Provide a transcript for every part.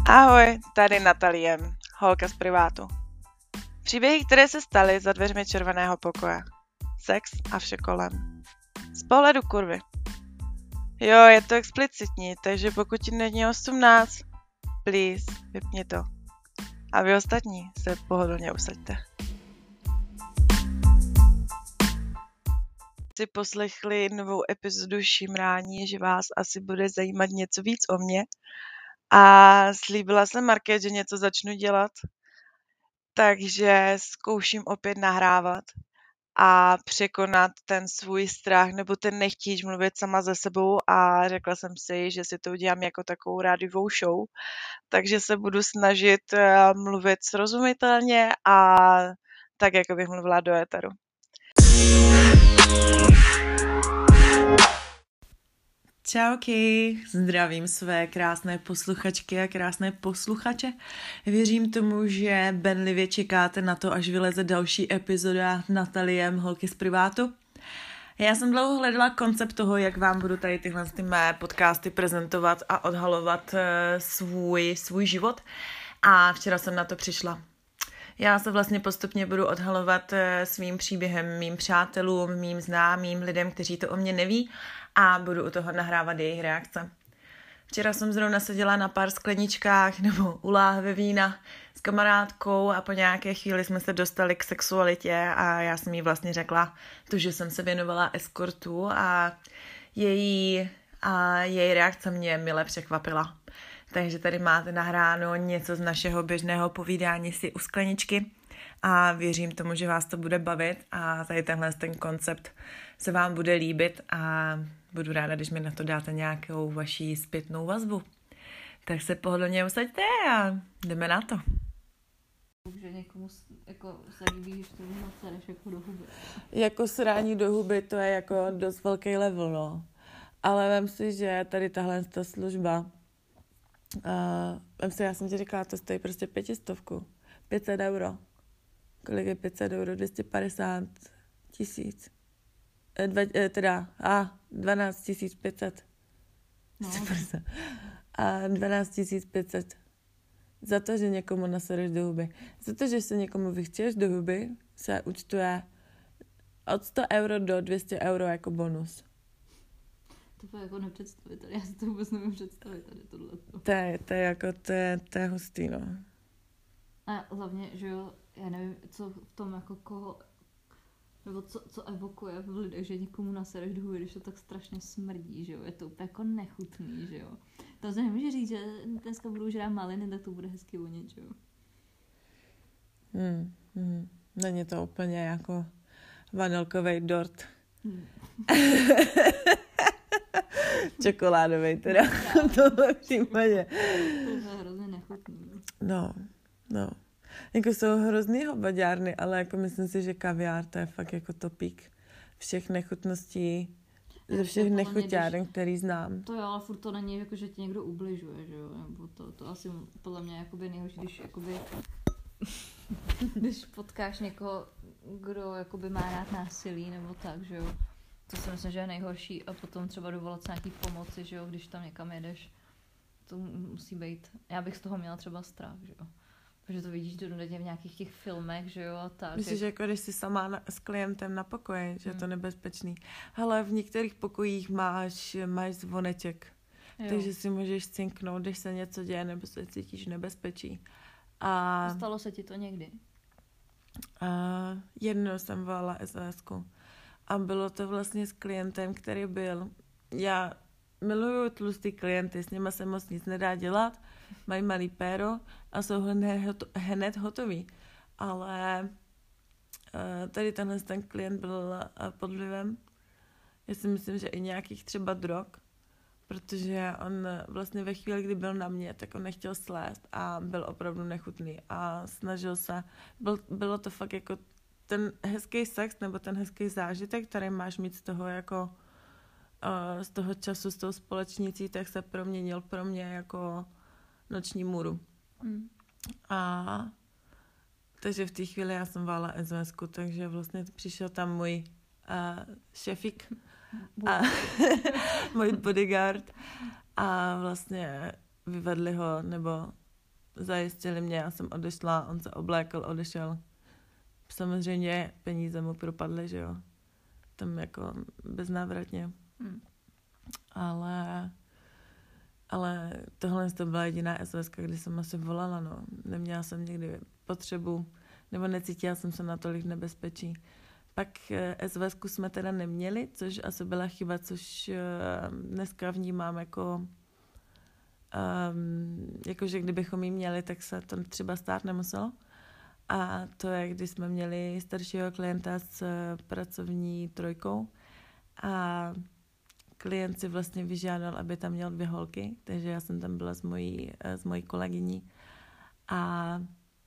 Ahoj, tady Natalie, holka z privátu. Příběhy, které se staly za dveřmi červeného pokoje. Sex a vše kolem. Z pohledu kurvy. Jo, je to explicitní, takže pokud ti není 18, please, vypni to. A vy ostatní se pohodlně usaďte. Si poslechli novou epizodu Šimrání, že vás asi bude zajímat něco víc o mně. A slíbila jsem Marké, že něco začnu dělat. Takže zkouším opět nahrávat a překonat ten svůj strach nebo ten nechtíč mluvit sama ze sebou a řekla jsem si, že si to udělám jako takovou rádiovou show, takže se budu snažit mluvit srozumitelně a tak, jako bych mluvila do éteru. Čauky, zdravím své krásné posluchačky a krásné posluchače. Věřím tomu, že benlivě čekáte na to, až vyleze další epizoda Nataliem, holky z privátu. Já jsem dlouho hledala koncept toho, jak vám budu tady tyhle mé podcasty prezentovat a odhalovat svůj život. A včera jsem na to přišla. Já se vlastně postupně budu odhalovat svým příběhem mým přátelům, mým známým, lidem, kteří to o mě neví, a budu u toho nahrávat jejich reakce. Včera jsem zrovna seděla na pár skleničkách nebo u láhve vína s kamarádkou a po nějaké chvíli jsme se dostali k sexualitě a já jsem jí vlastně řekla to, že jsem se věnovala eskortu a její reakce mě mile překvapila. Takže tady máte nahráno něco z našeho běžného povídání si u skleničky a věřím tomu, že vás to bude bavit a tady ten koncept se vám bude líbit a budu ráda, když mi na to dáte nějakou vaši zpětnou vazbu. Tak se pohodlně usaďte a jdeme na to. Že někomu se líbí, když to sereš jako do huby. Jako srání do huby, to je jako dost velký level, no. Ale vem si, že tady tahle služba, já jsem ti říkala, to stojí prostě 500, 500 euro. Kolik je 500 euro? 250 000. 12 500. No. A 12 500. Za to, že někomu nasereš do huby. Za to, že se někomu vychčeš do huby, se účtuje od 100 euro do 200 euro jako bonus. To je jako nepředstavitelné, já si to vůbec nevím představit tady tohleto. To je hustý, no. A hlavně, že jo, já nevím, co v tom jako koho, nebo co evokuje v lidech, že někomu nasereš do huby, když to tak strašně smrdí, že jo, je to úplně jako nechutný, že jo. To se nemůže říct, že dneska budu žrát maliny, tak to bude hezky vonit, že jo. Není to úplně jako vanilkovej dort. Čokoládovej teda, v tomhle případě. To je hrozně nechutný. No. Jako jsou hrozný hobaďárny, ale jako myslím si, že kaviár to je fakt jako topík všech nechutností, ze všech nechuťáren, který znám. To jo, ale furt to není jako, že ti někdo ubližuje, že jo, nebo to asi podle mě jakoby nejhorší, když potkáš někoho, kdo jakoby má rád násilí, nebo tak, že jo. To si myslím, že je nejhorší a potom třeba dovolat se nějaký pomoci, že jo, když tam někam jedeš. To musí být, já bych z toho měla třeba strach, že jo. Protože to vidíš denně v nějakých těch filmech, že jo, a tak. Myslíš, že jako když jsi sama s klientem na pokoji, že je to nebezpečný. Hele, v některých pokojích máš zvoneček, takže si můžeš cinknout, když se něco děje nebo se cítíš nebezpečí. A stalo se ti to někdy? Jednou jsem volala SOS-ku a bylo to vlastně s klientem, který byl, já miluju tlustý klienty, s nima se moc nic nedá dělat, mají malý péro a jsou hned hotový. Ale tady ten klient byl pod vlivem, já si myslím, že i nějakých třeba drog, protože on vlastně ve chvíli, kdy byl na mě, tak on nechtěl slést a byl opravdu nechutný a snažil se, bylo to fakt jako ten hezký sex nebo ten hezký zážitek, který máš mít z toho jako z toho času s tou společnicí, tak se proměnil pro mě jako noční můru. A takže v té chvíli já jsem volala SMS-ku, takže vlastně přišel tam můj šefík a můj bodyguard a vlastně vyvedli ho, nebo zajistili mě, já jsem odešla, on se oblékl, odešel. Samozřejmě peníze mu propadly, že jo. Tam jako beznávratně. Ale tohle to byla jediná SOS, kdy jsem asi volala, no. Neměla jsem nikdy potřebu, nebo necítila jsem se natolik nebezpečí. Pak SOS-ku jsme teda neměli, což asi byla chyba, což dneska vnímám jako že kdybychom ji měli, tak se to třeba stát nemuselo. A to je, když jsme měli staršího klienta s pracovní trojkou a klient si vlastně vyžádal, aby tam měl 2 holky, takže já jsem tam byla s mojí kolegyní a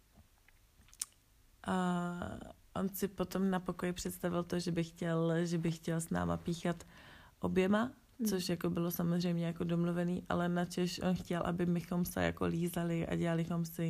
on si potom na pokoji představil to, že by chtěl s náma píchat oběma, což jako bylo samozřejmě jako domluvený, ale načež on chtěl, aby bychom se jako lízali a dělali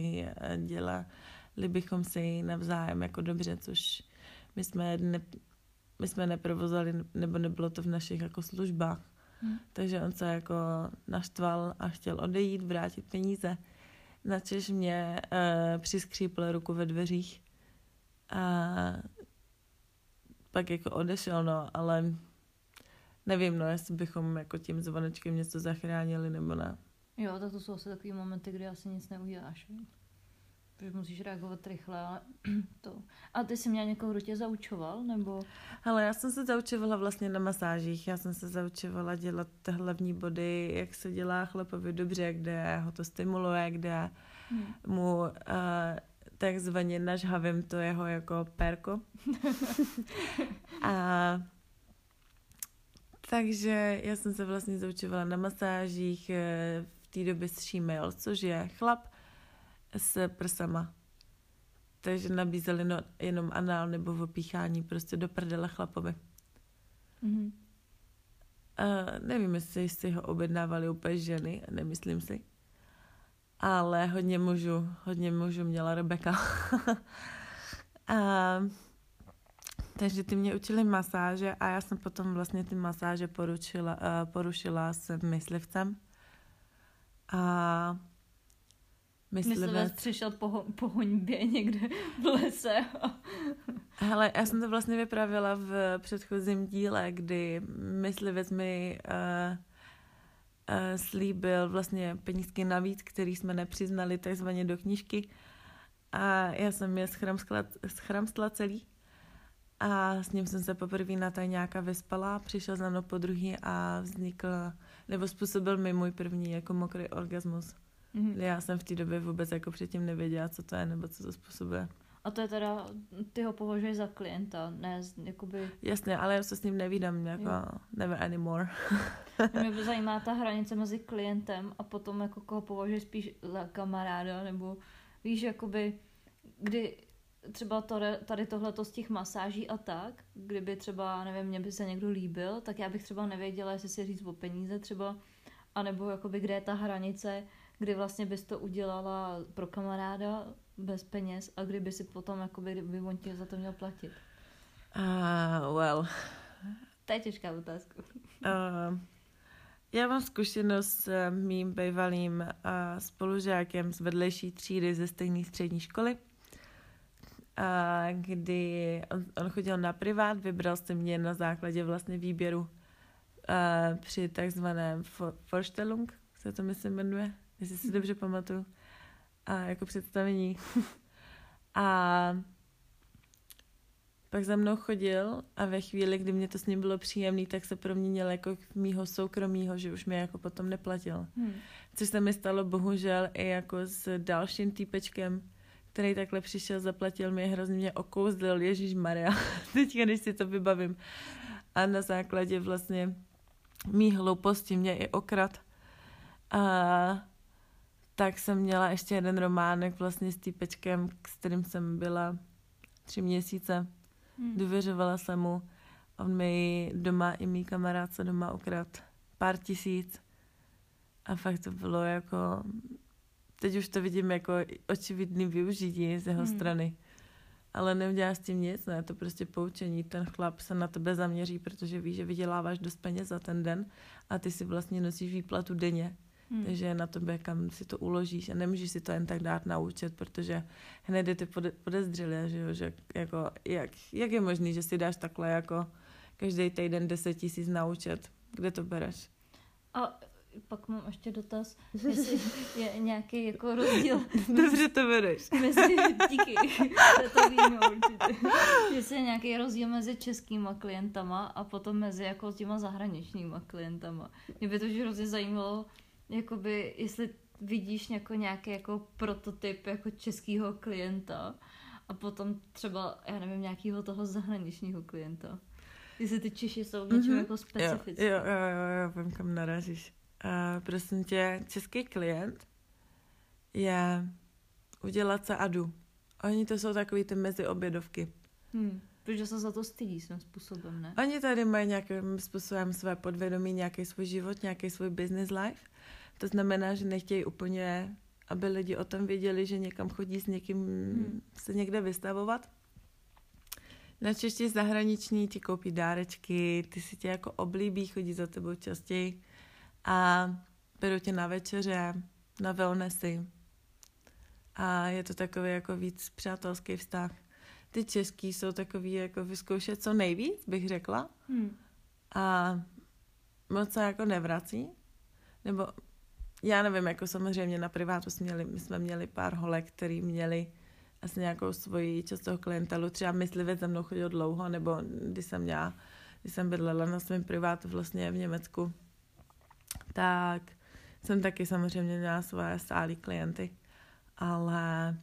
bychom si navzájem jako dobře, což my jsme neprovozovali, nebo nebylo to v našich jako službách. Takže on se jako naštval a chtěl odejít, vrátit peníze. Načež mě přiskřípl ruku ve dveřích a pak jako odešel, no, ale nevím, no, jestli bychom jako tím zvonečkem něco zachránili, nebo ne. Jo, tak to jsou asi takový momenty, kdy asi nic neuděláš. Protože musíš reagovat rychle, ale to. A ty jsi měla někoho, kdo tě zaučoval, nebo? Hele, já jsem se zaučovala vlastně na masážích. Já jsem se zaučovala dělat hlavní body, jak se dělá chlapovi dobře, kde ho to stimuluje, kde mu takzvaně nažhavím to jeho jako pérko. Takže já jsem se vlastně zaučovala na masážích v té době s Shemale, což je chlap s prsama. Takže nabízeli jenom anál nebo opíchání prostě do prdele chlapovi. Nevím, jestli si ho objednávali úplně ženy, nemyslím si. Ale hodně mužů měla Rebeka. Takže ty mě učili masáže a já jsem potom vlastně ty masáže porušila s myslivcem. A myslivec přišel po honbě někde v lese. Hele, já jsem to vlastně vyprávěla v předchozím díle, kdy myslivec mi slíbil vlastně penízky navíc, který jsme nepřiznali takzvaně do knížky. A já jsem je schramstla celý. A s ním jsem se poprvé na tajňáka vyspala, přišel za mnou podruhý a způsobil mi můj první jako mokrý orgasmus. Já jsem v té době vůbec jako předtím nevěděla, co to je, nebo co to způsobuje. A to je teda, ty ho považuješ za klienta, ne jakoby... Jasně, ale já se s ním nevídám, jako never anymore. Mě by zajímá ta hranice mezi klientem a potom jako koho považuješ spíš za kamaráda, nebo víš, jakoby, kdy třeba tady tohleto z těch masáží a tak, kdyby třeba, nevím, mě by se někdo líbil, tak já bych třeba nevěděla, jestli si říct o peníze třeba, anebo jakoby, kde je ta hranice, kdy vlastně bys to udělala pro kamaráda bez peněz a kdyby si potom, jakoby, kdyby on tě za to měl platit. Well. To je těžká otázka. Já mám zkušenost s mým bývalým spolužákem z vedlejší třídy ze stejné střední školy, kdy on chodil na privát, vybral si mě na základě vlastně výběru při takzvaném Vorstellung, se to myslím jmenuje, jestli si dobře pamatuju, jako představení. A pak za mnou chodil a ve chvíli, kdy mě to s ním bylo příjemný, tak se proměnil jako mýho soukromýho, že už mě jako potom neplatil. Což se mi stalo bohužel i jako s dalším týpečkem, který takhle přišel, zaplatil mě, hrozně mě okouzlil, ježišmarja, teď když si to vybavím. A na základě vlastně mý hlouposti mě i okrad. Tak jsem měla ještě jeden románek vlastně s týpečkem, s kterým jsem byla 3 měsíce. Důvěřovala jsem mu. On mi doma i mý kamarádce doma ukrad pár tisíc. A fakt to bylo jako... Teď už to vidím jako očividný využití z jeho strany. Ale neuděláš s tím nic, ne, to prostě poučení. Ten chlap se na tebe zaměří, protože ví, že vyděláváš dost peněz za ten den a ty si vlastně nosíš výplatu denně. Takže je na tobě, kam si to uložíš a nemůžeš si to jen tak dát na účet, protože hned je ty podezřelé, že jo, že jako, jak je možný, že si dáš takhle jako každý týden 10 000 na účet, kde to bereš? A pak mám ještě dotaz, jestli je nějaký jako rozdíl. Dobře to bereš. Díky, to víme určitě. Jestli je nějaký rozdíl mezi českýma klientama a potom mezi jako těma zahraničníma klientama. Mě by to už hrozně zajímalo, jakoby, jestli vidíš jako nějaký jako prototyp jako českého klienta a potom třeba, já nevím, nějakého toho zahraničního klienta. Jestli ty Češi jsou něčím jako specifické. Jo, vím, kam narazíš. Prosím tě, český klient je udělat se adu. Oni to jsou takový ty meziobědovky. Protože se za to stydí svým způsobem, ne? Oni tady mají nějakým způsobem své podvědomí, nějaký svůj život, nějaký svůj business life. To znamená, že nechtějí úplně, aby lidi o tom věděli, že někam chodí s někým se někde vystavovat. Najčastěji zahraniční ti koupí dárečky, ty si tě jako oblíbí, chodí za tebou častěji a berou tě na večeře, na wellnessy. A je to takový jako víc přátelský vztah. Ty český jsou takový jako vyzkoušet co nejvíc, bych řekla. A moc se jako nevrací. Nebo já nevím, jako samozřejmě na privátu my jsme měli pár holek, který měli asi nějakou svoji častou klientelu. Třeba myslivec za mnou chodil dlouho, nebo když jsem bydlela na svém privátu vlastně v Německu, tak jsem taky samozřejmě měla svoje stálý klienty. Ale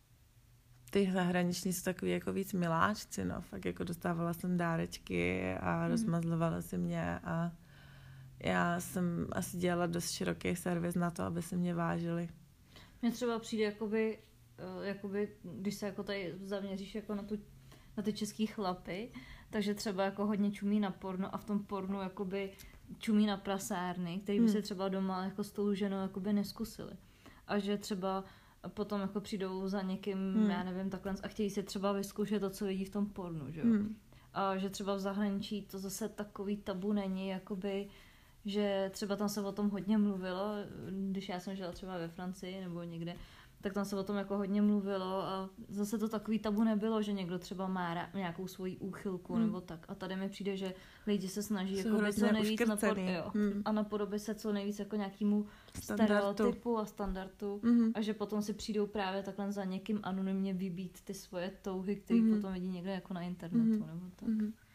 ty zahraniční jsou takový jako víc miláčci, no. Fakt jako dostávala jsem dárečky a rozmazlovala si mě a já jsem asi dělala dost široký servis na to, aby se mě vážili. Mně třeba přijde jakoby, když se jako tady zaměříš jako na ty český chlapy, takže třeba jako hodně čumí na porno a v tom pornu jakoby čumí na prasárny, který by se třeba doma jako s tou ženou jakoby neskusili. A že třeba potom jako přijdou za někým, já nevím, takhle a chtějí si třeba vyzkoušet to, co vidí v tom pornu, že jo. A že třeba v zahraničí to zase takový tabu není, jakoby, že třeba tam se o tom hodně mluvilo, když já jsem žila třeba ve Francii nebo někde, tak tam se o tom jako hodně mluvilo a zase to takový tabu nebylo, že někdo třeba má nějakou svoji úchylku nebo tak. A tady mi přijde, že lidi se snaží jako co nejvíc a napodobit se co nejvíc jako nějakému stereotypu a standardu a že potom si přijdou právě takhle za někým anonymně vybít ty svoje touhy, které potom vidí někde jako na internetu nebo tak.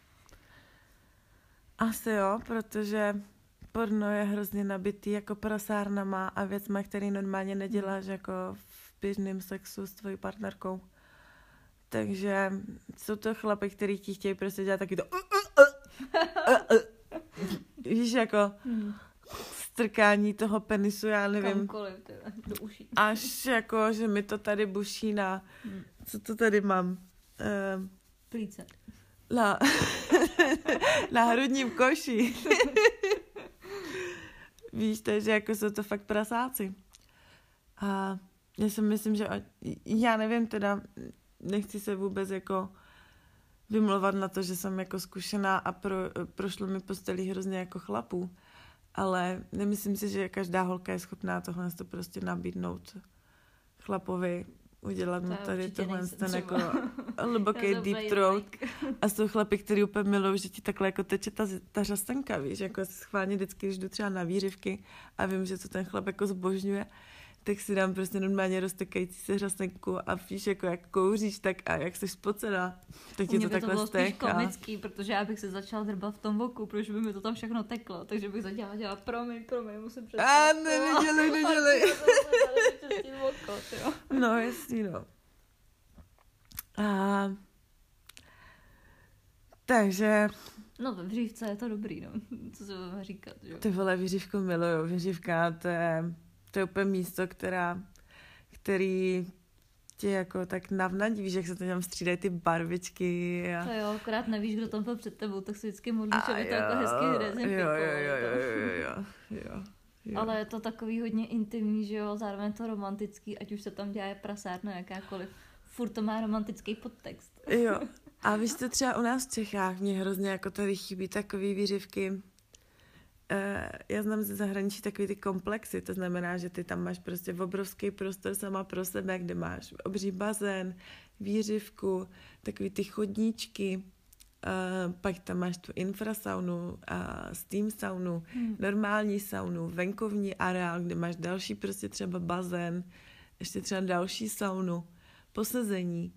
Asi jo, protože porno je hrozně nabitý jako prasárnama a věcma, který normálně neděláš jako v běžném sexu s tvojí partnerkou. Takže jsou to chlapy, který ti chtějí prostě dělat taky to víš, jako strkání toho penisu, já nevím. Kamkoliv, do uší. Až jako, že mi to tady buší na co to tady mám? Plíce. Na hrudním koši. Víš, takže jako jsou to fakt prasáci. A já si myslím, že já nevím, teda nechci se vůbec jako vymlouvat na to, že jsem jako zkušená a prošlo mi postelí hrozně jako chlapů. Ale nemyslím si, že každá holka je schopná tohle to prostě nabídnout chlapovi, udělat mu tady tohle ten jako hluboký deep throat. A jsou chlapi, který úplně milují, že ti takhle jako teče ta řasenka, víš, jako schválně vždycky, když jdu třeba na výřivky a vím, že to ten chlap jako zbožňuje, tak si dám prostě normálně roztekající se řasenku a víš, jako jak kouříš, tak a jak jsi spocená, tak ti to takhle stek. Mě by to bylo spíš komický, protože já bych se začala drbat v tom boku, protože by mi to tam všechno teklo, takže bych dělala promiň, musím přestat. Nedělej. No, jasný, no. Takže... No, ve výřivce je to dobrý, no. Co se budeme říkat, jo. Ty vole, výřivku miluju. Výřivka, to je úplně místo, který tě jako tak navnadí, víš, jak se tam střídají ty barvičky. A... To jo, akorát nevíš, kdo tam byl před tebou, tak si vždycky modlíš, aby to jako hezky Jo. Ale je to takový hodně intimní, že jo, zároveň to romantický, ať už se tam dělá prasárna jakákoliv. Furt to má romantický podtext. Jo. A víš to třeba u nás v Čechách, mě hrozně jako tady chybí takový výřivky, já znám ze zahraničí takový ty komplexy, to znamená, že ty tam máš prostě obrovský prostor sama pro sebe, kde máš obří bazén, výřivku, takový ty chodníčky, pak tam máš tu infrasaunu, steam saunu, normální saunu, venkovní areál, kde máš další prostě třeba bazén, ještě třeba další saunu, posezení.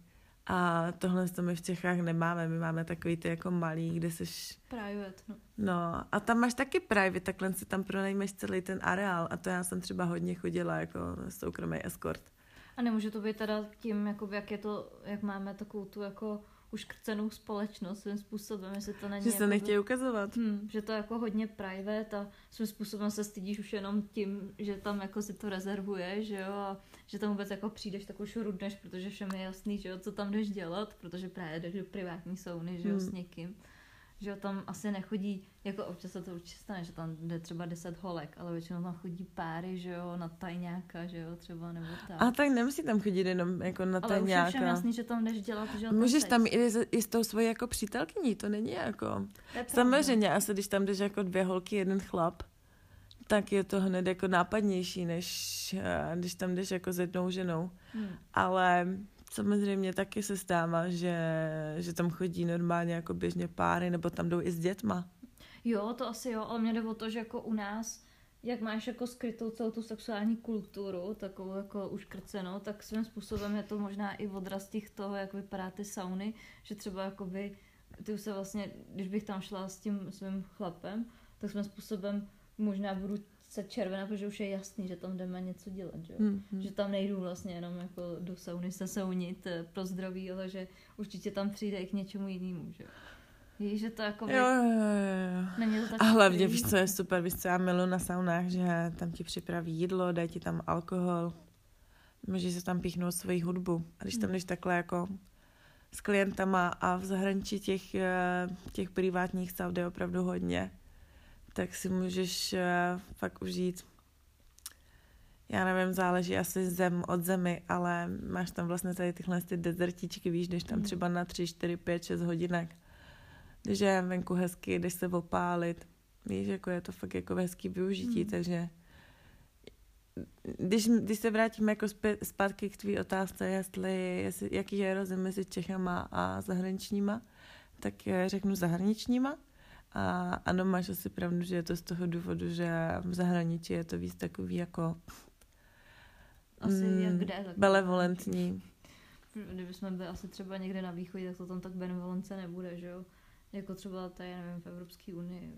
A tohle my v Čechách nemáme, my máme takový ty jako malý, kde seš... Private, no. No a tam máš taky private, takhle si tam pronajmeš celý ten areál a to já jsem třeba hodně chodila jako soukromý escort. A nemůže to být teda tím, jakoby, jak máme takovou tu jako uškrcenou společnost svým způsobem, jestli to není... Že se nechtějí ukazovat. Že to je jako hodně private a svým způsobem se stydíš už jenom tím, že tam jako si to rezervuješ, že jo, a že tam vůbec jako přijdeš, tak už rudneš, protože všem je jasný, že jo, co tam jdeš dělat, protože právě jdeš do privátní sauny, že jo, s někým. Že jo, tam asi nechodí, jako občas se to určitě stane, že tam jde třeba 10 holek, ale většinou tam chodí páry, že jo, na tajňáka, že jo, třeba, nebo tak. A tak nemusí tam chodit jenom jako na tajňáka. Ale už je všem jasný, že tam jdeš dělat, že jo. Můžeš tam i s tou svojí jako přítelkyní, to není jako... Samozřejmě, asi když tam jdeš jako 2 holky, 1 chlap, tak je to hned jako nápadnější, než když tam jdeš jako s 1 ženou. Ale... Samozřejmě taky se stává, že tam chodí normálně jako běžně páry, nebo tam jdou i s dětma. Jo, to asi jo, ale mě jde o to, že jako u nás, jak máš jako skrytou celou tu sexuální kulturu, takovou jako uškrcenou, tak svým způsobem je to možná i odraz toho, jak vypadá ty sauny, že třeba jakoby, ty už se vlastně, když bych tam šla s tím svým chlapem, tak svým způsobem možná budu se červená, protože už je jasný, že tam jdeme něco dělat, že? Že tam nejdu vlastně jenom jako do sauny se saunit pro zdraví, ale že určitě tam přijde i k něčemu jinému, že? Víš, že to jako... Jo. Není to tak a hlavně víš, co je super, víš, co já miluji na saunách, že tam ti připraví jídlo, dají ti tam alkohol, můžeš se tam píchnout svoji hudbu. A když tam jdeš takhle jako s klientama a v zahraničí těch privátních saun je opravdu hodně, tak si můžeš fakt užít, já nevím, záleží asi zem od zemi, ale máš tam vlastně tady tyhle ty dezertíčky, víš, jdeš tam třeba na 3, 4, 5, 6 hodinek, když je venku hezky, jdeš se opálit, víš, jako je to fakt jako hezký využití, takže když se vrátíme jako zpátky k tvý otázce, jaký je rozdíl mezi Čechama a zahraničníma, tak řeknu zahraničníma. A ano, máš asi pravdu, že je to z toho důvodu, že v zahraničí je to víc takový jako asi jak kde, tak benevolentní. Kdybychom byli asi třeba někde na východě, tak to tam tak benevolence nebude, že jo? Jako třeba tady, já nevím, v Evropské unii.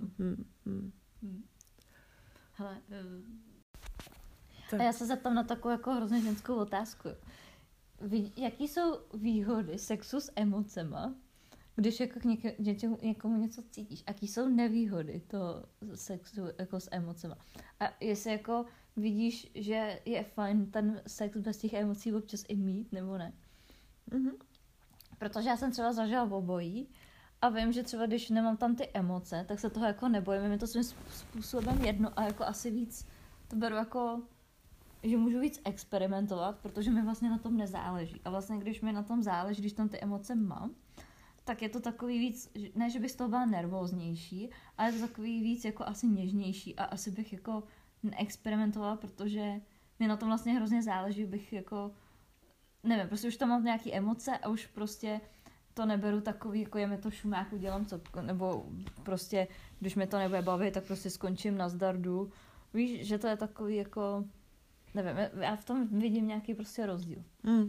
Hele, a já se zeptám na takovou jako hrozně ženskou otázku. Jaký jsou výhody sexu s emocema, když jako někomu něco cítíš? Jaký jsou nevýhody toho sexu jako s emocema? A jestli jako vidíš, že je fajn ten sex bez těch emocí občas i mít, nebo ne? Protože já jsem třeba zažila obojí a vím, že třeba když nemám tam ty emoce, tak se toho jako nebojím. Je to svým způsobem jedno a jako asi víc to beru jako, že můžu víc experimentovat, protože mi vlastně na tom nezáleží. A vlastně když mi na tom záleží, když tam ty emoce mám, tak je to takový víc, ne, že bych z toho byla nervóznější, ale je to takový víc jako asi něžnější a asi bych jako neexperimentovala, protože mi na tom vlastně hrozně záleží, bych jako, nevím, prostě už tam mám nějaké emoce a už prostě to neberu takový, jako je mi to šumák, udělám co, nebo prostě, když mi to nebude bavit, tak prostě skončím na zdardu. Víš, že to je takový jako, nevím, já v tom vidím nějaký prostě rozdíl.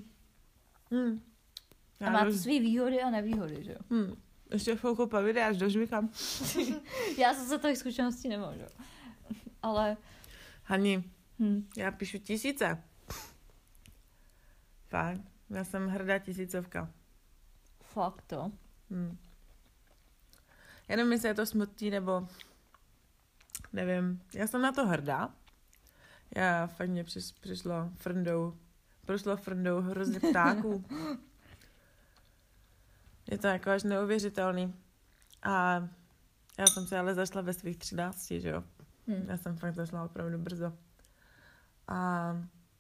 A má to svý výhody a nevýhody, že jo? Ještě chvilku povídej, až dožvykám. Já zase těch zkušeností nemám, že jo? Ale... Hani, já píšu 1000. Fakt, já jsem hrdá 1000. Fakt to? Jenom jestli je to smutný, nebo... Nevím, já jsem na to hrdá. Já fakt mě prošlo frndou hrozně ptáků. Je to jako až neuvěřitelný. A já jsem se ale zašla ve svých 13, že jo. Já jsem fakt zašla opravdu brzo. A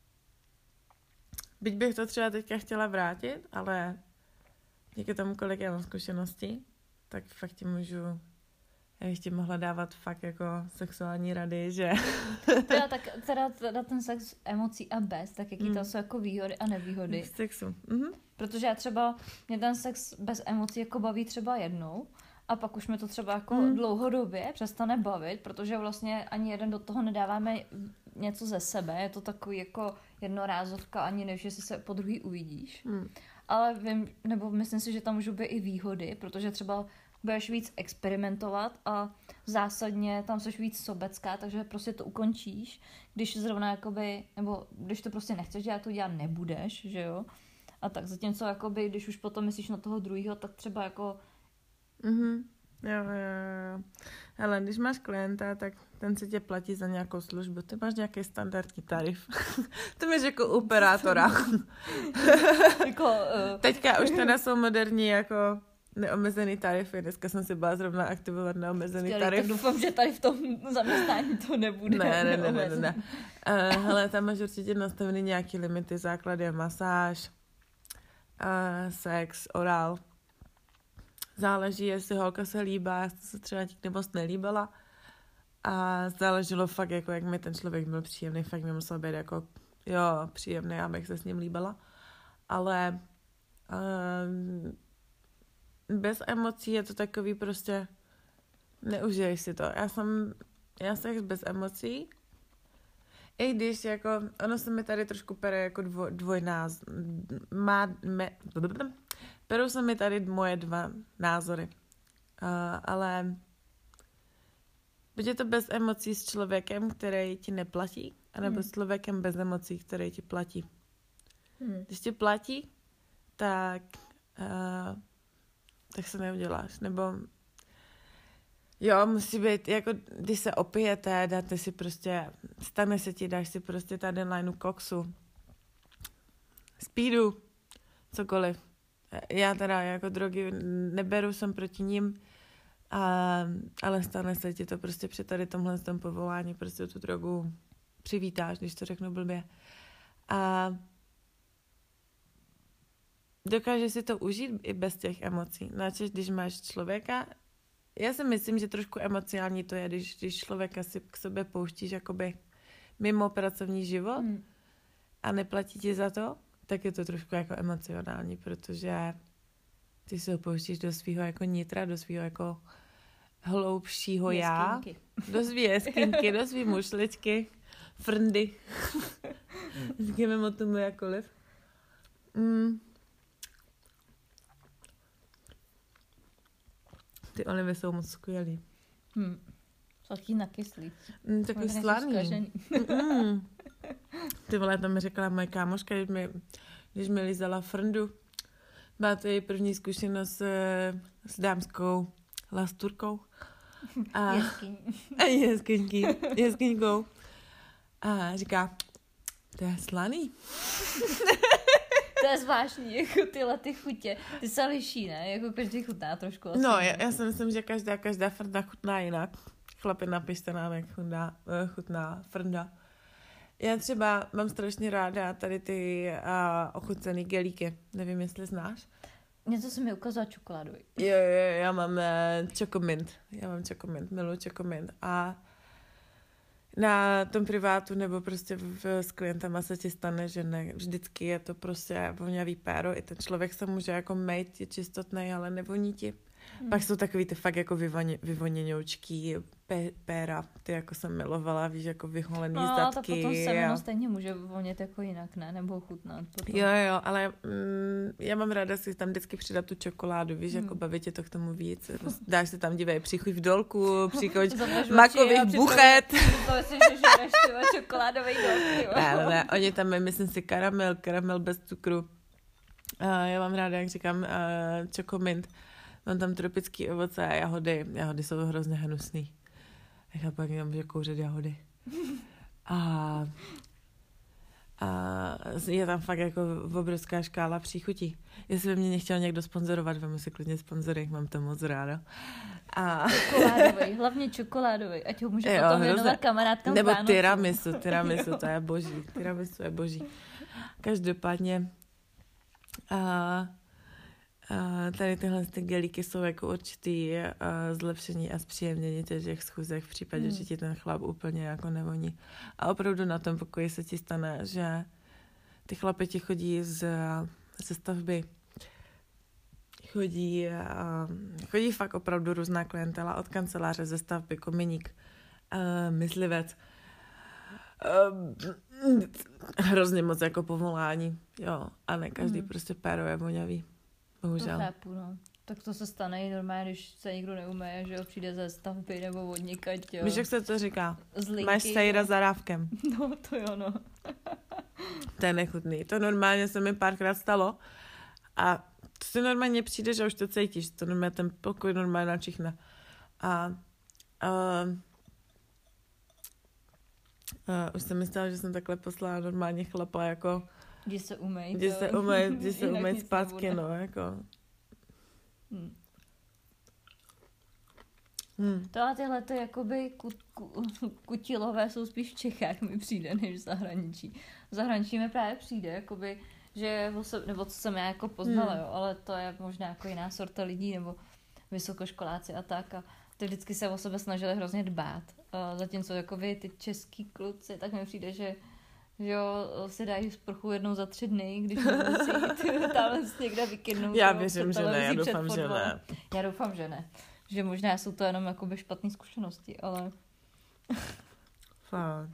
byť bych to třeba teďka chtěla vrátit, ale díky tomu, kolik já mám zkušeností, tak fakt ti můžu Já bych ti mohla dávat fakt jako sexuální rady, že... teda ten sex emocí a bez, tak jaký to jsou jako výhody a nevýhody. Sexu. Protože mě ten sex bez emocí jako baví třeba jednou a pak už mi to třeba jako dlouhodobě přestane bavit, protože vlastně ani jeden do toho nedáváme něco ze sebe, je to takový jako jednorázovka, ani než si se po druhý uvidíš. Ale myslím si, že tam můžou být i výhody, protože třeba budeš víc experimentovat a zásadně tam jsi víc sobecká, takže prostě to ukončíš, když zrovna jakoby, nebo když to prostě nechceš dělat, to dělat nebudeš, že jo? A tak zatímco jakoby, když už potom myslíš na toho druhého, tak třeba jako... Jo. Ale když máš klienta, tak ten se tě platí za nějakou službu. Ty máš nějaký standardní tarif. To máš jako operátora. Teďka už teda jsou moderní jako neomezený tarify. Dneska jsem si byla zrovna aktivovat neomezený tarif. Tak doufám, že tady v tom zaměstnání to nebude. Ne. Hele, tam máš určitě nastavený nějaký limity. Základ je masáž, sex, orál. Záleží, jestli holka se líbá, jestli se třeba nikdy moc nelíbila. A záleželo fakt, jako jak mi ten člověk byl příjemný, fakt nemusel být jako, příjemný, abych se s ním líbila. Ale bez emocí je to takový prostě, neužiješ si to. Já sex bez emocí, i když jako, ono se mi tady trošku pere jako perou se mi tady moje dva názory. Ale buď je to bez emocí s člověkem, který ti neplatí, anebo s člověkem bez emocí, který ti platí. Když ti platí, tak se neuděláš. Nebo musí být, jako když se opijete, dáte si prostě, stane se ti, dáš si prostě tady lineu koksu, speedu, cokoliv. Já teda jako drogy neberu, jsem proti ním, ale stane se ti to prostě při tady tomhle povolání, prostě tu drogu přivítáš, když to řeknu blbě. A dokáže si to užít i bez těch emocí. Načež, když máš člověka, já si myslím, že trošku emocionální to je, když člověka si k sobě pouštíš jakoby mimo pracovní život a neplatí ti za to, tak je to trošku jako emocionální, protože ty se pouštíš do svého jako nitra, do svého jako hloubšího já, do svý jeskyňky, do svý mušličky, frndy. Říkáme o tomu jakoliv. Ty olivy jsou moc skvělý. Taky nakyslý. Takový slaný. Ty vole, to mi řekla moje kámoška, když mi lízala frndu. Byla to její první zkušenost s dámskou lasturkou. Jeskyňkou. A říká, to je slaný. To je zvláštní, jako tyhle ty chutě. Ty se liší, ne? Jako každý chutná trošku. No, já si myslím, že každá frnda chutná jinak. Chlapi, napište nám, jak chutná frnda. Já třeba mám strašně ráda tady ty ochucený gelíky. Nevím, jestli znáš. Něco se mi ukázala čokoládový. Jo, já mám čokomint. Miluji čokomint. A na tom privátu nebo prostě s klientama se ti stane, že ne, vždycky je to prostě voňavý péro. I ten člověk se může jako mejt, je čistotnej, ale nevoní ti. Pak jsou takový ty fakt jako vyvoněňoučký péra, ty jako jsem milovala, víš, jako vyholený zadky. No, tak potom semeno stejně může vonět jako jinak, ne? Nebo chutnat. Potom. Jo, ale já mám ráda si tam vždycky přidat tu čokoládu, víš, jako baví tě to k tomu víc. Dáš si tam, dívej, příchuť v dolku, příchuť makových buchet. To myslím, že žereš třeba čokoládový dolk. Ne, oni tam mají, myslím si, karamel bez cukru. Já mám ráda, jak říkám, čokomint. Mám tam tropický ovoce a jahody. Jahody jsou hrozně hnusný. Já pak nemůžu kouřit jahody. A je tam fakt jako obrovská škála příchutí. Jestli by mě nechtěl někdo sponzorovat, vemu si klidně sponzory, mám to moc ráda. Čokoládový, hlavně čokoládový, ať ho může potom věnovat kamarádkám. Nebo tiramisu, to je boží. Tiramisu je boží. Každopádně Tady tyhle ty gelíky jsou jako určitý zlepšení a zpříjemnění těch schůzek v případě, že ti ten chlap úplně jako nevoní. A opravdu na tom pokoji se ti stane, že ty chlapy ti chodí ze stavby, chodí fakt opravdu různá klientela od kanceláře, ze stavby, kominík, myslivec, hrozně moc jako povolání, jo, a ne každý prostě péro je voňavý, bohužel. To chápu, no. Tak to se stane i normálně, když se nikdo neumeje, že jo, přijde ze stavby nebo od někať, jo. Víš, jak se to říká? Zlinky, Máš sejra za rávkem. No, to jo, no. To je nechutný. To normálně se mi párkrát stalo a to si normálně přijde, že už to cítíš. To normálně ten pokoj normálně načichne. Už jsem myslela, že jsem takhle poslala normálně chlapa jako... Jdi se umej. Jdi se umej zpátky, no, jako... To a tyhle to jakoby kutilové jsou spíš v Čechách, mi přijde, než v zahraničí. V zahraničí mi právě přijde, jakoby, že nebo co jsem já jako poznala, jo, ale to je možná jako jiná sorta lidí, nebo vysokoškoláci a tak. A ty vždycky se o sebe snažili hrozně dbát. Zatímco jakoby ty český kluci, tak mi přijde, že jo, si dají sprchu jednou za 3 dny, když musí jít tam někde vykydnout. Já věřím, že ne, já doufám, že ne. Já doufám, že ne. Že možná jsou to jenom jakoby špatné zkušenosti, ale... Fakt.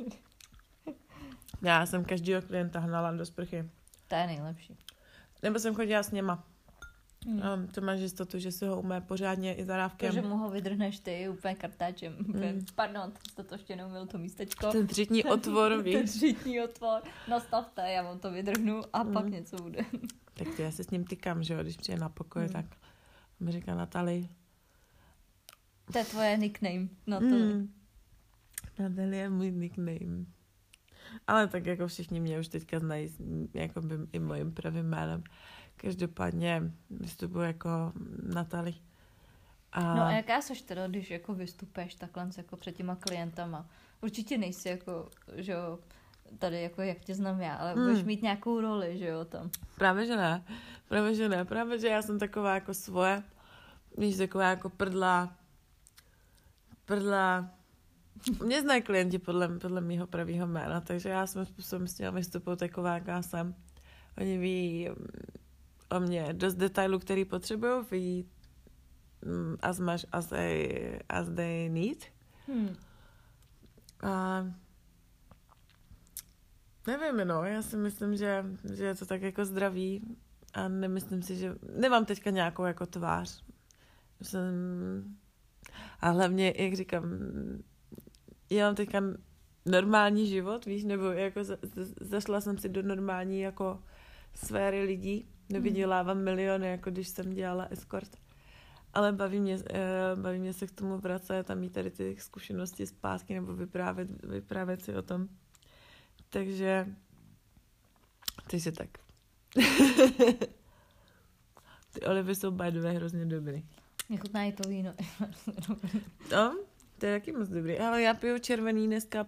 Já jsem každýho klienta hnala do sprchy. To je nejlepší. Nebo jsem chodila s něma. To máš jistotu, že si ho umé pořádně i zarávkem. Takže mu ho vydrhneš ty úplně kartáčem. Pardon, jste to ještě neumil to místečko. Ten dřitní otvor, víš. Ten dřitní otvor. Nastavte, já vám to vydrhnu a pak něco bude. Tak to já se s ním tykám, že jo, když přijde na pokoj, tak mi říká Natali. To je tvoje nickname, Natali. Natali je můj nickname. Ale tak jako všichni mě už teďka znají jako by i mojím pravým jménem. Každopádně vystupuji jako Natali. No a jaká seš teda, když jako vystupuješ takhle jako před těma klientama? Určitě nejsi jako, že jo, tady jako jak tě znám já, ale budeš mít nějakou roli, že jo, tam. Právě, že ne. Právě, že já jsem taková jako svoje, víš, taková jako prdla. Mě znají klienti podle mýho pravýho jména, takže já svým způsobem s těma vystupuji taková, jaká jsem. Oni ví o mě dost detailů, který potřebují, ví as much as they need. A nevím, no, já si myslím, že je to tak jako zdravý a nemyslím si, že nemám teďka nějakou jako tvář. A hlavně, jak říkám, já mám teďka normální život, víš, nebo jako zašla jsem si do normální jako sféry lidí, nevydělávám miliony, jako když jsem dělala escort. Ale baví mě se k tomu vracet a mít tady ty zkušenosti zpátky nebo vyprávět si o tom. Takže tak. Ty olivy jsou by the way hrozně dobrý. Mě chutná i to víno. No, to je taky moc dobrý. Ale já piju červený dneska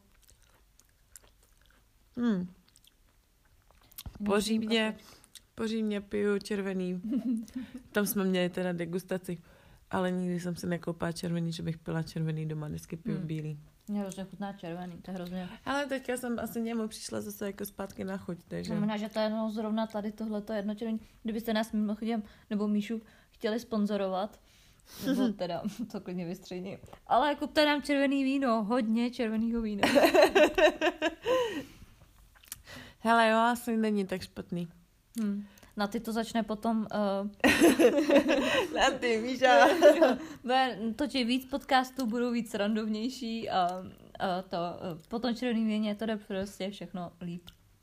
po Římě piju červený. Tam jsme měli teda degustaci. Ale nikdy jsem si nekoupila červený, že bych pila červený doma. Dnesky piju bílý. Mě hrozně chutná červený, to je hrozně... Ale teďka jsem asi němu přišla zase jako zpátky na chuť, takže... Znamená, že to je zrovna tady tohleto jedno červený. Kdybyste nás mimochodem, nebo Míšu chtěli sponzorovat, nebo teda, to klidně vystřihni. Ale kupte nám červený víno, hodně červenýho vína. Hele, jo, asi není tak špatný. Na ty to začne potom... Na ty, Míša. Točí víc podcastů, budou víc randovnější a potom červený víně to jde prostě všechno líp.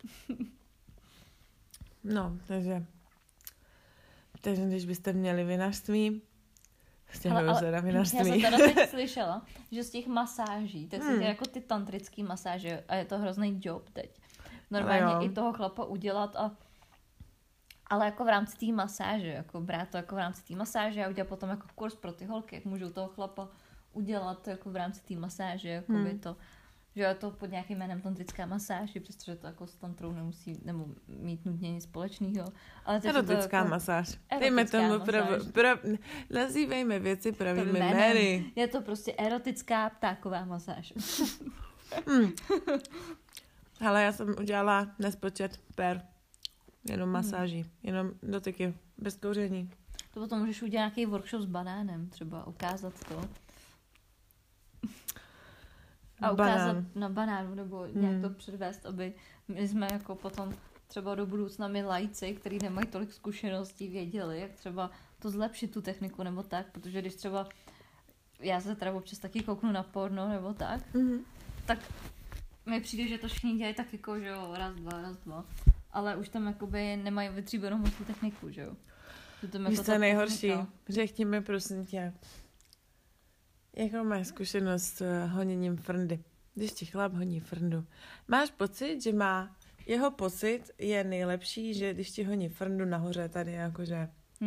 No, takže když byste měli vinařství, stěhuju se na vinařství. Já jsem teda teď slyšela, že z těch masáží, tak se jako ty tantrické masáže a je to hrozný job teď. Normálně i toho chlapa udělat ale jako v rámci té masáže, jako brát to jako v rámci té masáže a udělat potom jako kurz pro ty holky, jak můžou toho chlapa udělat jako v rámci té masáže, jako by to. že je to pod nějakým jménem tantrická masáž, přestože to jako s tantrou nemusí nebo mít nutně nic společného. Ale erotická jako masáž. Dejme tomu nazývejme věci pravými jmény. Je to prostě erotická ptáková masáž. Ale já jsem udělala nespočet jenom masáží, jenom dotyky, bez kouření. To potom můžeš udělat nějaký workshop s banánem, třeba ukázat to. A ukázat na banánu, nebo nějak to předvést, aby my jsme jako potom třeba do budoucna my lajci, kteří nemají tolik zkušeností, věděli, jak třeba to zlepšit tu techniku nebo tak, protože když třeba já se teda občas taky kouknu na porno nebo tak, tak mi přijde, že to všichni dělají tak jako, že jo, raz, dva, ale už tam jakoby nemají vytříbenou moc tu techniku, že jo. Víš, co je nejhorší? Řekni mi, prosím tě, jakou máš zkušenost s honěním frndy? Když ti chlap honí frndu, máš pocit, že jeho pocit je nejlepší, že když ti honí frndu nahoře tady, jakože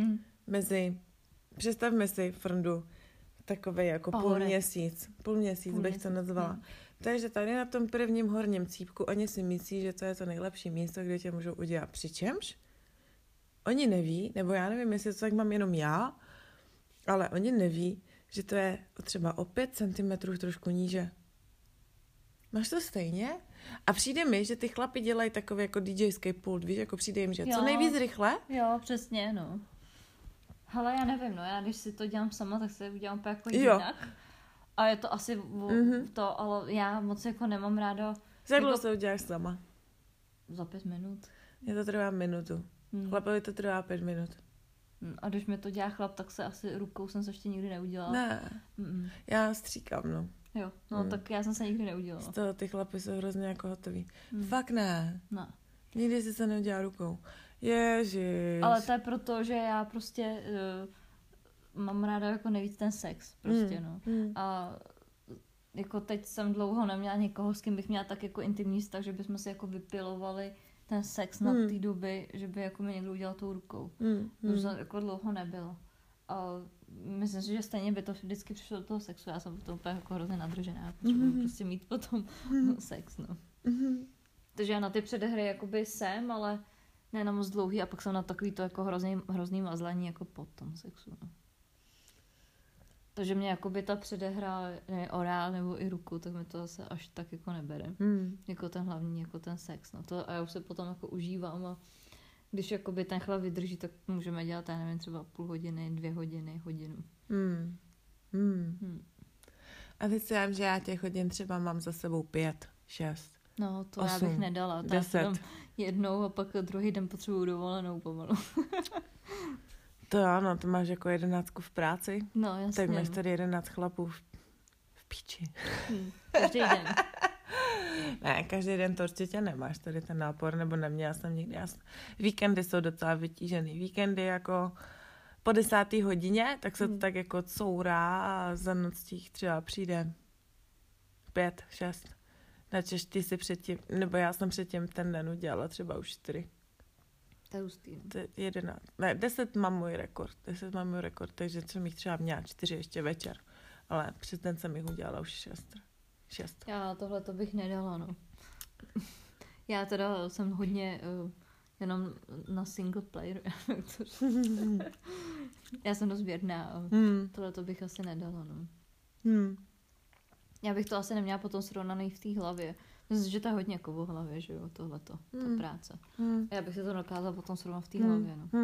představme si frndu takovej jako půl měsíc bych to nazvala. Takže tady na tom prvním horním cípku oni si myslí, že to je to nejlepší místo, kde tě můžou udělat. Přičemž oni neví, nebo já nevím, jestli to tak mám jenom já, ale oni neví, že to je třeba o 5 cm trošku níže. Máš to stejně? A přijde mi, že ty chlapi dělají takový jako DJský pult, víš, jako přijde jim, že co nejvíc rychle? Jo, přesně, no. Hele, já nevím, no, já když si to dělám sama, tak se udělám úplně jako jinak. A je to asi to, ale já moc jako nemám ráda. Jak dlouho se uděláš sama? Za 5 minut. Mně to trvá minutu. Chlapovi to trvá 5 minut. A když mi to dělá chlap, tak se asi rukou jsem se ještě nikdy neudělala. Ne, já stříkám, no. Jo, no tak já jsem se nikdy neudělala. Z toho ty chlapy jsou hrozně jako hotový. Fakt ne. Ne. Nikdy si se neudělá rukou. Ježiš. Ale to je proto, že já prostě mám ráda jako nejvíc ten sex, prostě, no. A jako teď jsem dlouho neměla někoho, s kým bych měla tak jako intimní vztah, že bychom si jako vypilovali ten sex na té doby, že by jako mi někdo udělal tou rukou. To už jako dlouho nebylo. A myslím si, že stejně by to vždycky přišlo do toho sexu. Já jsem potom úplně jako hrozně nadržená. Potřebuji prostě mít potom sex, no. Takže já na ty předehry jakoby jsem, ale ne na moc dlouhý a pak jsem na takový to jako hrozný mazlení jako po tom sexu, no. Takže mě jakoby ta předehra, orál nebo i ruku, tak mi to zase až tak jako nebere. Jako ten hlavní, jako ten sex, no. To, a já už se potom jako užívám a když jakoby ten chlap vydrží, tak můžeme dělat, já nevím, třeba půl hodiny, 2 hodiny, hodinu. A teď si vím, že já těch hodin třeba mám za sebou 5, 6. No, to 8, já bych nedala. 10. Jednou a pak druhý den potřebuju dovolenou pomalu. To ano, to máš jako 11 v práci. No, jasně. Tak máš tady 11 chlapů v píči. Každý den. Ne, každý den to určitě nemáš, tady ten nápor, nebo neměla jsem nikdy. Víkendy jsou docela vytížený. Víkendy jako po 10. hodině, tak se to tak jako courá a za noc těch třeba přijde 5, 6. Načež ty si předtím, nebo já jsem předtím ten den udělala třeba už 4. To je hustý. 11. Ne, 10 mám můj rekord, takže jsem jich třeba měla 4 ještě večer. Ale přes den jsem jich udělala už 6. Já tohle to bych nedala, no. Já teda jsem hodně jenom na single player. Já jsem dost věrná a tohle to bych asi nedala, no. Já bych to asi neměla potom srovnaný v té hlavě. Myslím, že to je hodně jako v hlavě, že jo, tohleto, ta práce. Já bych si to dokázala potom srovnat v té hlavě, no.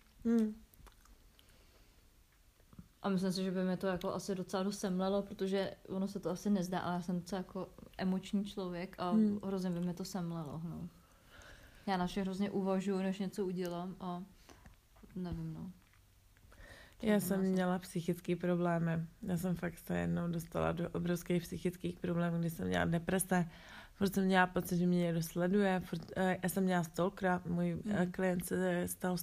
A myslím si, že by mi to jako asi docela dost semlelo, protože ono se to asi nezdá, ale já jsem docela jako emoční člověk a hrozně by mi to semlelo, no. Já na vše hrozně uvažuji, než něco udělám a nevím, no. Já jsem měla psychické problémy. Já jsem fakt se jednou dostala do obrovských psychických problémů, kdy jsem měla deprese. Furt jsem měla pocit, že mě někdo sleduje. Já jsem měla stalkera. Můj klient se stal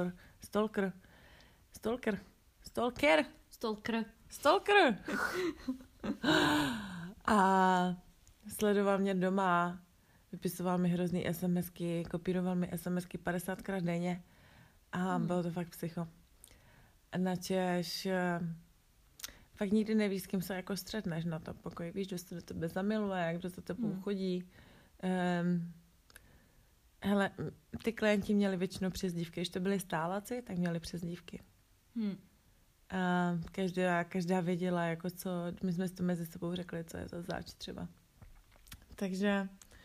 stalker. A sledoval mě doma, vypisoval mi hrozný SMSky, kopíroval mi SMSky 50krát denně a bylo to fakt psycho. Načež fakt nikdy nevíš, s kým se jako střetneš na to pokoji. Víš, kdo se do tebe zamiluje, kdo za tebou chodí. Hele, ty klienti měli většinou přezdívky. Když to byly stálaci, tak měli přezdívky. A každá věděla, jako co, my jsme si to mezi sebou řekli, co je to zač třeba. Takže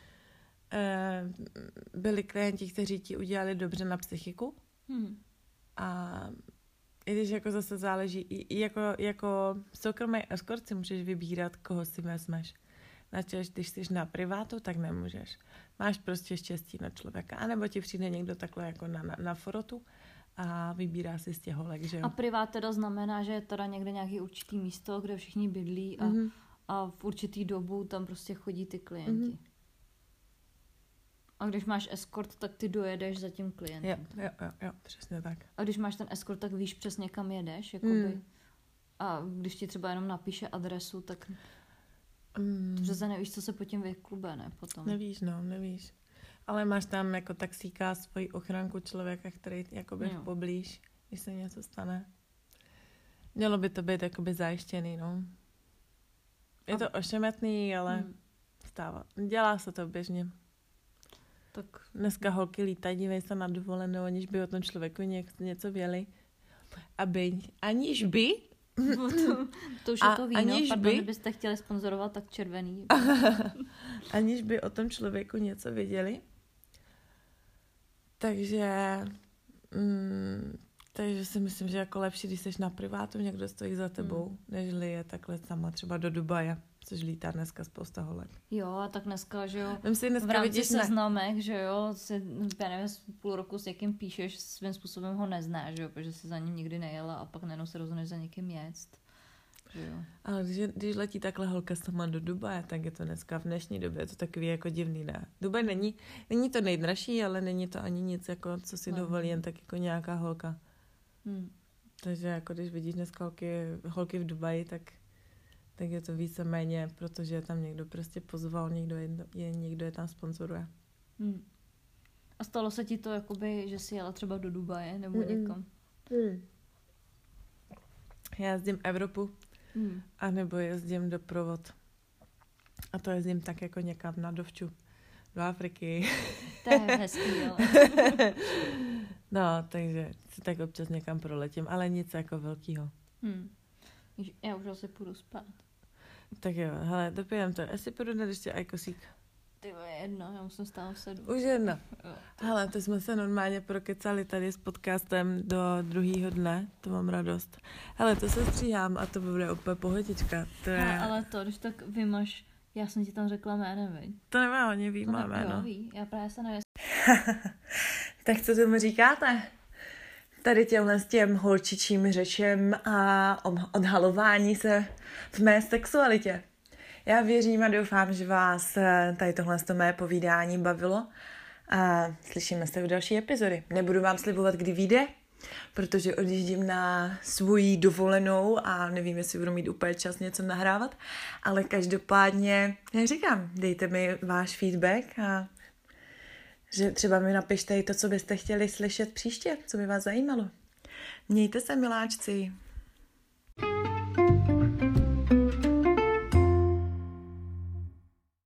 byli klienti, kteří ti udělali dobře na psychiku. A i když jako zase záleží, i jako soukromý escort si můžeš vybírat, koho si vezmeš. Načež, když jsi na privátu, tak nemůžeš. Máš prostě štěstí na člověka. A nebo ti přijde někdo takhle jako na forotu a vybírá si z těch holek, že jo. A privát teda znamená, že je teda někde nějaký určitý místo, kde všichni bydlí a v určitý dobu tam prostě chodí ty klienti. A když máš escort, tak ty dojedeš za tím klientem. Jo, přesně tak. A když máš ten escort, tak víš přesně, kam jedeš, jakoby. A když ti třeba jenom napíše adresu, tak přece nevíš, co se po tím vyklube, ne? Potom. Nevíš. Ale máš tam jako taxíka svoji ochránku člověka, který jakoby poblíž, když se něco stane. Mělo by to být jakoby zajištěný, no. Je to ošemetný, ale stává. Dělá se to běžně. Tak dneska holky lítají, dívají se na dovolenou, aniž by o tom člověku něco věli. Aniž by... To už je to víno, kdybyste chtěli sponzorovat, tak červený. Aniž by o tom člověku něco věděli. Takže si myslím, že jako lepší, když jsi na privátu, někdo stojí za tebou, nežli je takhle sama třeba do Dubaje, což lítá dneska spousta holek. Jo, a tak dneska, že jo, v rámci seznamek, že jo, já nevím, půl roku s jakým píšeš, svým způsobem ho neznáš, že jo, protože jsi za ním nikdy nejela a pak najednou se rozhodneš za někým jet. Jo. Ale když letí takhle holka sama do Dubaje, tak je to dneska v dnešní době, je to takový jako divný, ne? Dubaj není to nejdražší, ale není to ani nic, jako, co si dovolí jen tak jako nějaká holka. Takže jako když vidíš dneska holky v Dubaji, tak je to víceméně, protože je tam někdo prostě pozval, někdo je tam sponzoruje. A stalo se ti to, jakoby, že jsi jela třeba do Dubaje nebo někam? Já jezdím Evropu, anebo jezdím do Provod. A to jezdím tak jako někam na dovču, do Afriky. To je hezký, jo. No, takže si tak občas někam proletím, ale nic jako velkýho. Já už asi půjdu spát. Tak jo, hele, dopijem to. Jestli půjdu dát ještě ajkosík. Ty je jedno, já musím stát v 7. Už jedno. Hele, to jsme se normálně prokecali tady s podcastem do druhýho dne, to mám radost. Hele, to se stříhám a to bude úplně pohodička. Ale to, když tak vymaž, já jsem ti tam řekla jménem, viď? To nemá, oni ví má jméno. Jo, ví, já právě se nevím. Tak co tomu říkáte? Tady s těm holčičím řečem a odhalování se v mé sexualitě. Já věřím a doufám, že vás tady tohle mé povídání bavilo a slyšíme se v další epizody. Nebudu vám slibovat, kdy vyjde, protože odjíždím na svoji dovolenou a nevím, jestli budu mít úplně čas něco nahrávat, ale každopádně, jak říkám, dejte mi váš feedback a že třeba mi napište i to, co byste chtěli slyšet příště, co by vás zajímalo. Mějte se, miláčci.